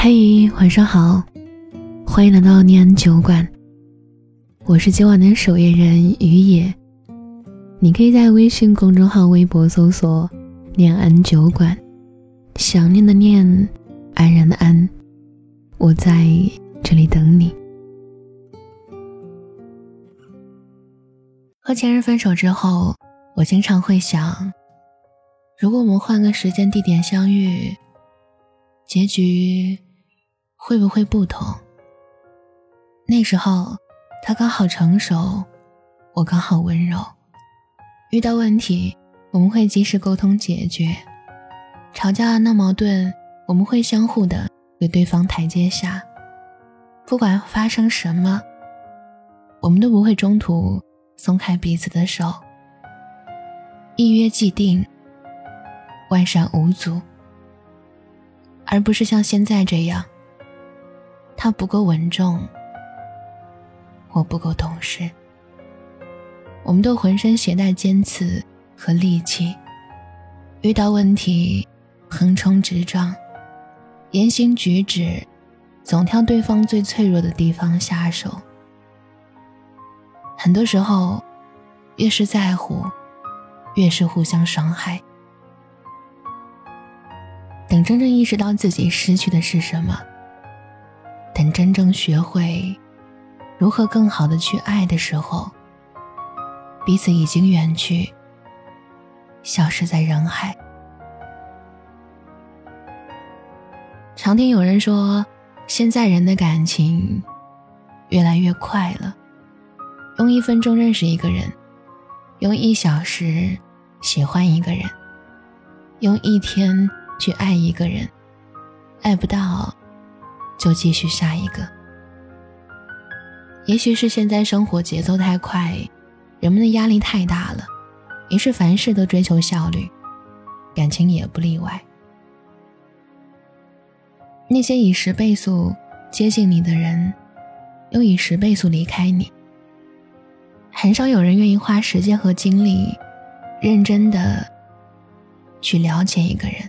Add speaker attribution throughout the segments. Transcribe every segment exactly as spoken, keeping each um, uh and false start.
Speaker 1: 嘿，晚上好，欢迎来到念安酒馆，我是今晚的守夜人于野。你可以在微信公众号、微博搜索念安酒馆，想念的念，安然的安，我在这里等你。和前任分手之后，我经常会想，如果我们换个时间地点相遇，结局会不会不同？那时候他刚好成熟，我刚好温柔，遇到问题我们会及时沟通解决，吵架闹矛盾我们会相互的给对方台阶下，不管发生什么，我们都不会中途松开彼此的手，一约既定，万善无阻，而不是像现在这样，他不够稳重，我不够懂事，我们都浑身携带尖刺和利器，遇到问题横冲直撞，言行举止总挑对方最脆弱的地方下手。很多时候越是在乎，越是互相伤害。等真正意识到自己失去的是什么，等真正学会如何更好地去爱的时候，彼此已经远去，消失在人海。常听有人说，现在人的感情越来越快了，用一分钟认识一个人，用一小时喜欢一个人，用一天去爱一个人，爱不到就继续下一个。也许是现在生活节奏太快，人们的压力太大了，于是凡事都追求效率，感情也不例外。那些以十倍速接近你的人，又以十倍速离开你。很少有人愿意花时间和精力认真的去了解一个人。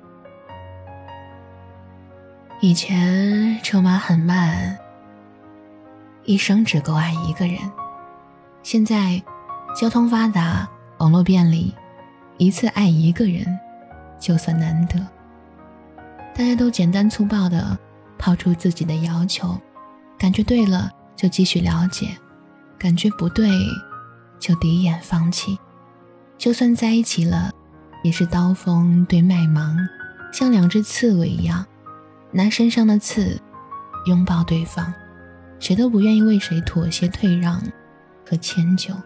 Speaker 1: 以前车马很慢，一生只够爱一个人。现在交通发达，网络便利，一次爱一个人就算难得。大家都简单粗暴地抛出自己的要求，感觉对了就继续了解，感觉不对就第一眼放弃。就算在一起了，也是刀锋对麦芒，像两只刺猬一样，拿身上的刺拥抱对方，谁都不愿意为谁妥协退让和迁就。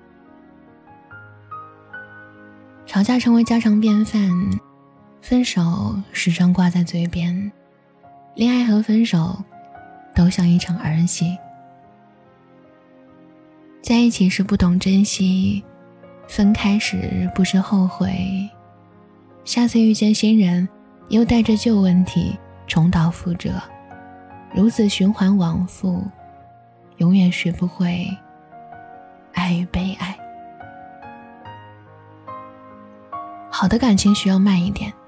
Speaker 1: 吵架成为家常便饭，分手时常挂在嘴边，恋爱和分手都像一场儿戏。在一起时不懂珍惜，分开时不知后悔，下次遇见新人又带着旧问题重蹈覆辙，如此循环往复，永远学不会爱与被爱。好的感情需要慢一点，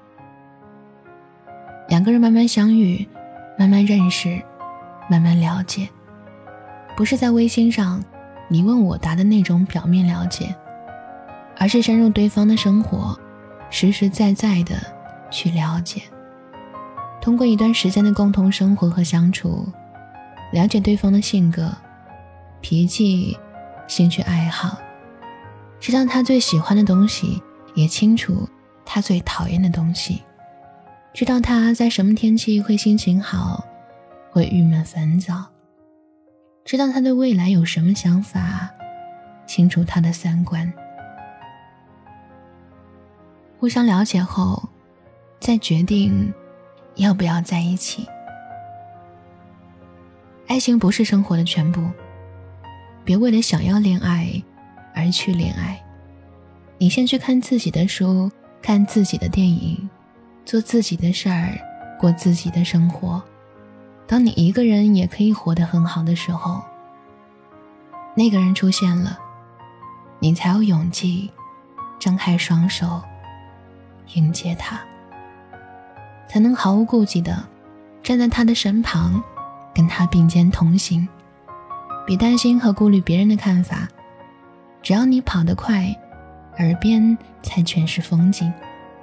Speaker 1: 两个人慢慢相遇，慢慢认识，慢慢了解，不是在微信上你问我答的那种表面了解，而是深入对方的生活，实实在在的去了解。通过一段时间的共同生活和相处，了解对方的性格、脾气、兴趣爱好，知道他最喜欢的东西，也清楚他最讨厌的东西，知道他在什么天气会心情好，会郁闷烦躁，知道他对未来有什么想法，清楚他的三观。互相了解后，再决定要不要在一起。爱情不是生活的全部，别为了想要恋爱而去恋爱。你先去看自己的书，看自己的电影，做自己的事儿，过自己的生活。当你一个人也可以活得很好的时候，那个人出现了，你才有勇气张开双手迎接他，才能毫无顾忌地站在他的身旁，跟他并肩同行，别担心和顾虑别人的看法，只要你跑得快，耳边才全是风景。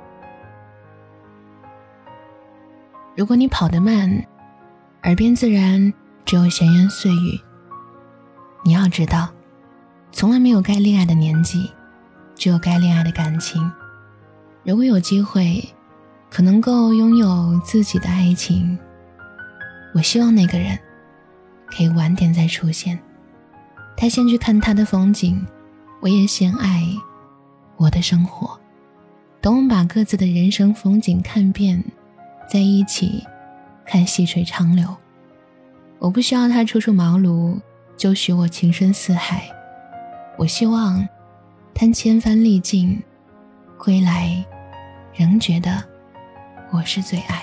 Speaker 1: 如果你跑得慢，耳边自然只有闲言碎语。你要知道，从来没有该恋爱的年纪，只有该恋爱的感情。如果有机会可能够拥有自己的爱情，我希望那个人可以晚点再出现，他先去看他的风景，我也先爱我的生活。等我们把各自的人生风景看遍，在一起看细水长流。我不需要他初出茅庐就许我情深似海，我希望他千帆历尽，归来仍觉得我是最爱。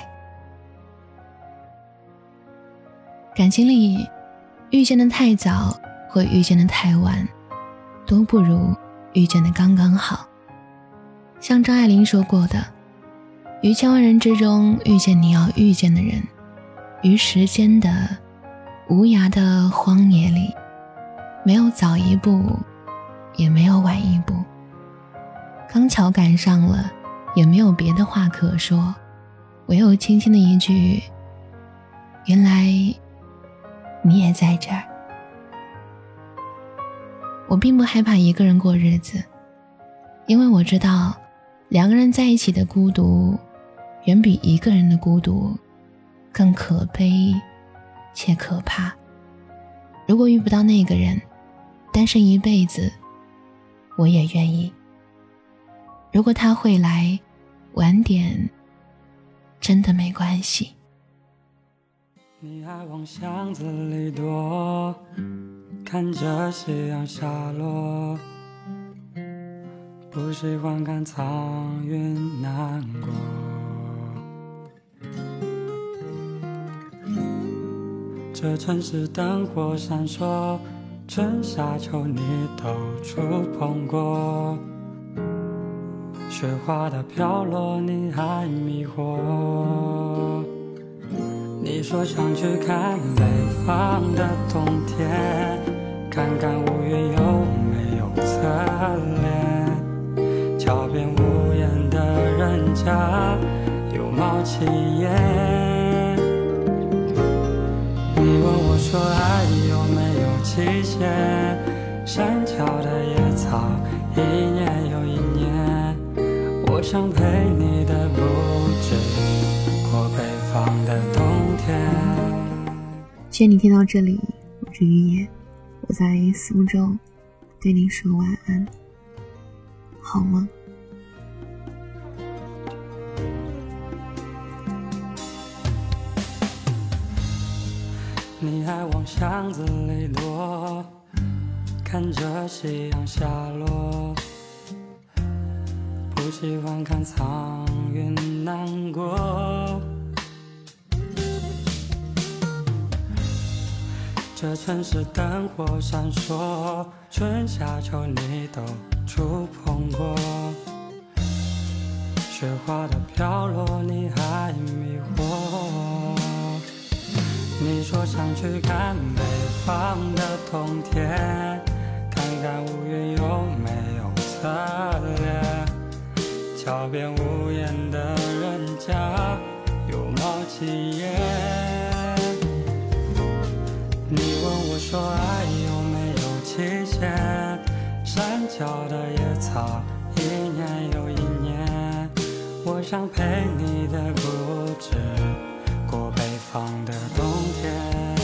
Speaker 1: 感情里遇见的太早或遇见的太晚，都不如遇见的刚刚好。像张爱玲说过的，于千万人之中遇见你要遇见的人，于时间的无涯的荒野里，没有早一步，也没有晚一步，刚巧赶上了，也没有别的话可说，唯有轻轻的一句，原来你也在这儿。我并不害怕一个人过日子，因为我知道两个人在一起的孤独远比一个人的孤独更可悲且可怕。如果遇不到那个人，单身一辈子我也愿意。如果他会来，晚点真的没关系。
Speaker 2: 你爱往巷子里躲，看着夕阳下落，不喜欢看苍云难过。这城市灯火闪烁，春夏秋你都触碰过，雪花的飘落你还迷惑。你说想去看北方的冬天，看看乌云有没有侧脸，桥边无言的人家有冒起烟。你问我说爱有没有期限，山桥的野草一年又一年，我想陪你的不止过北方的冬天。
Speaker 1: 谢谢你听到这里，我是于野，我在苏州对你说晚安，好吗？
Speaker 2: 你爱往巷子里躲，看着夕阳下落，不喜欢看苍云难过。这城市灯火闪烁，春夏秋你都触碰过，雪花的飘落你还迷惑。你说想去看北方的冬天，看看乌云有没有侧脸，桥边无言的人家有冒起烟。你问我说爱有没有期限，山脚的野草一年又一年，我想陪你的不止过北方的冬天。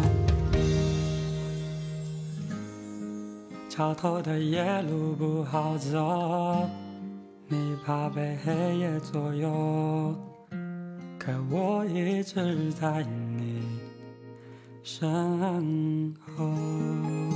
Speaker 2: 桥头的夜路不好走，你怕被黑夜左右，可我一直在你身后。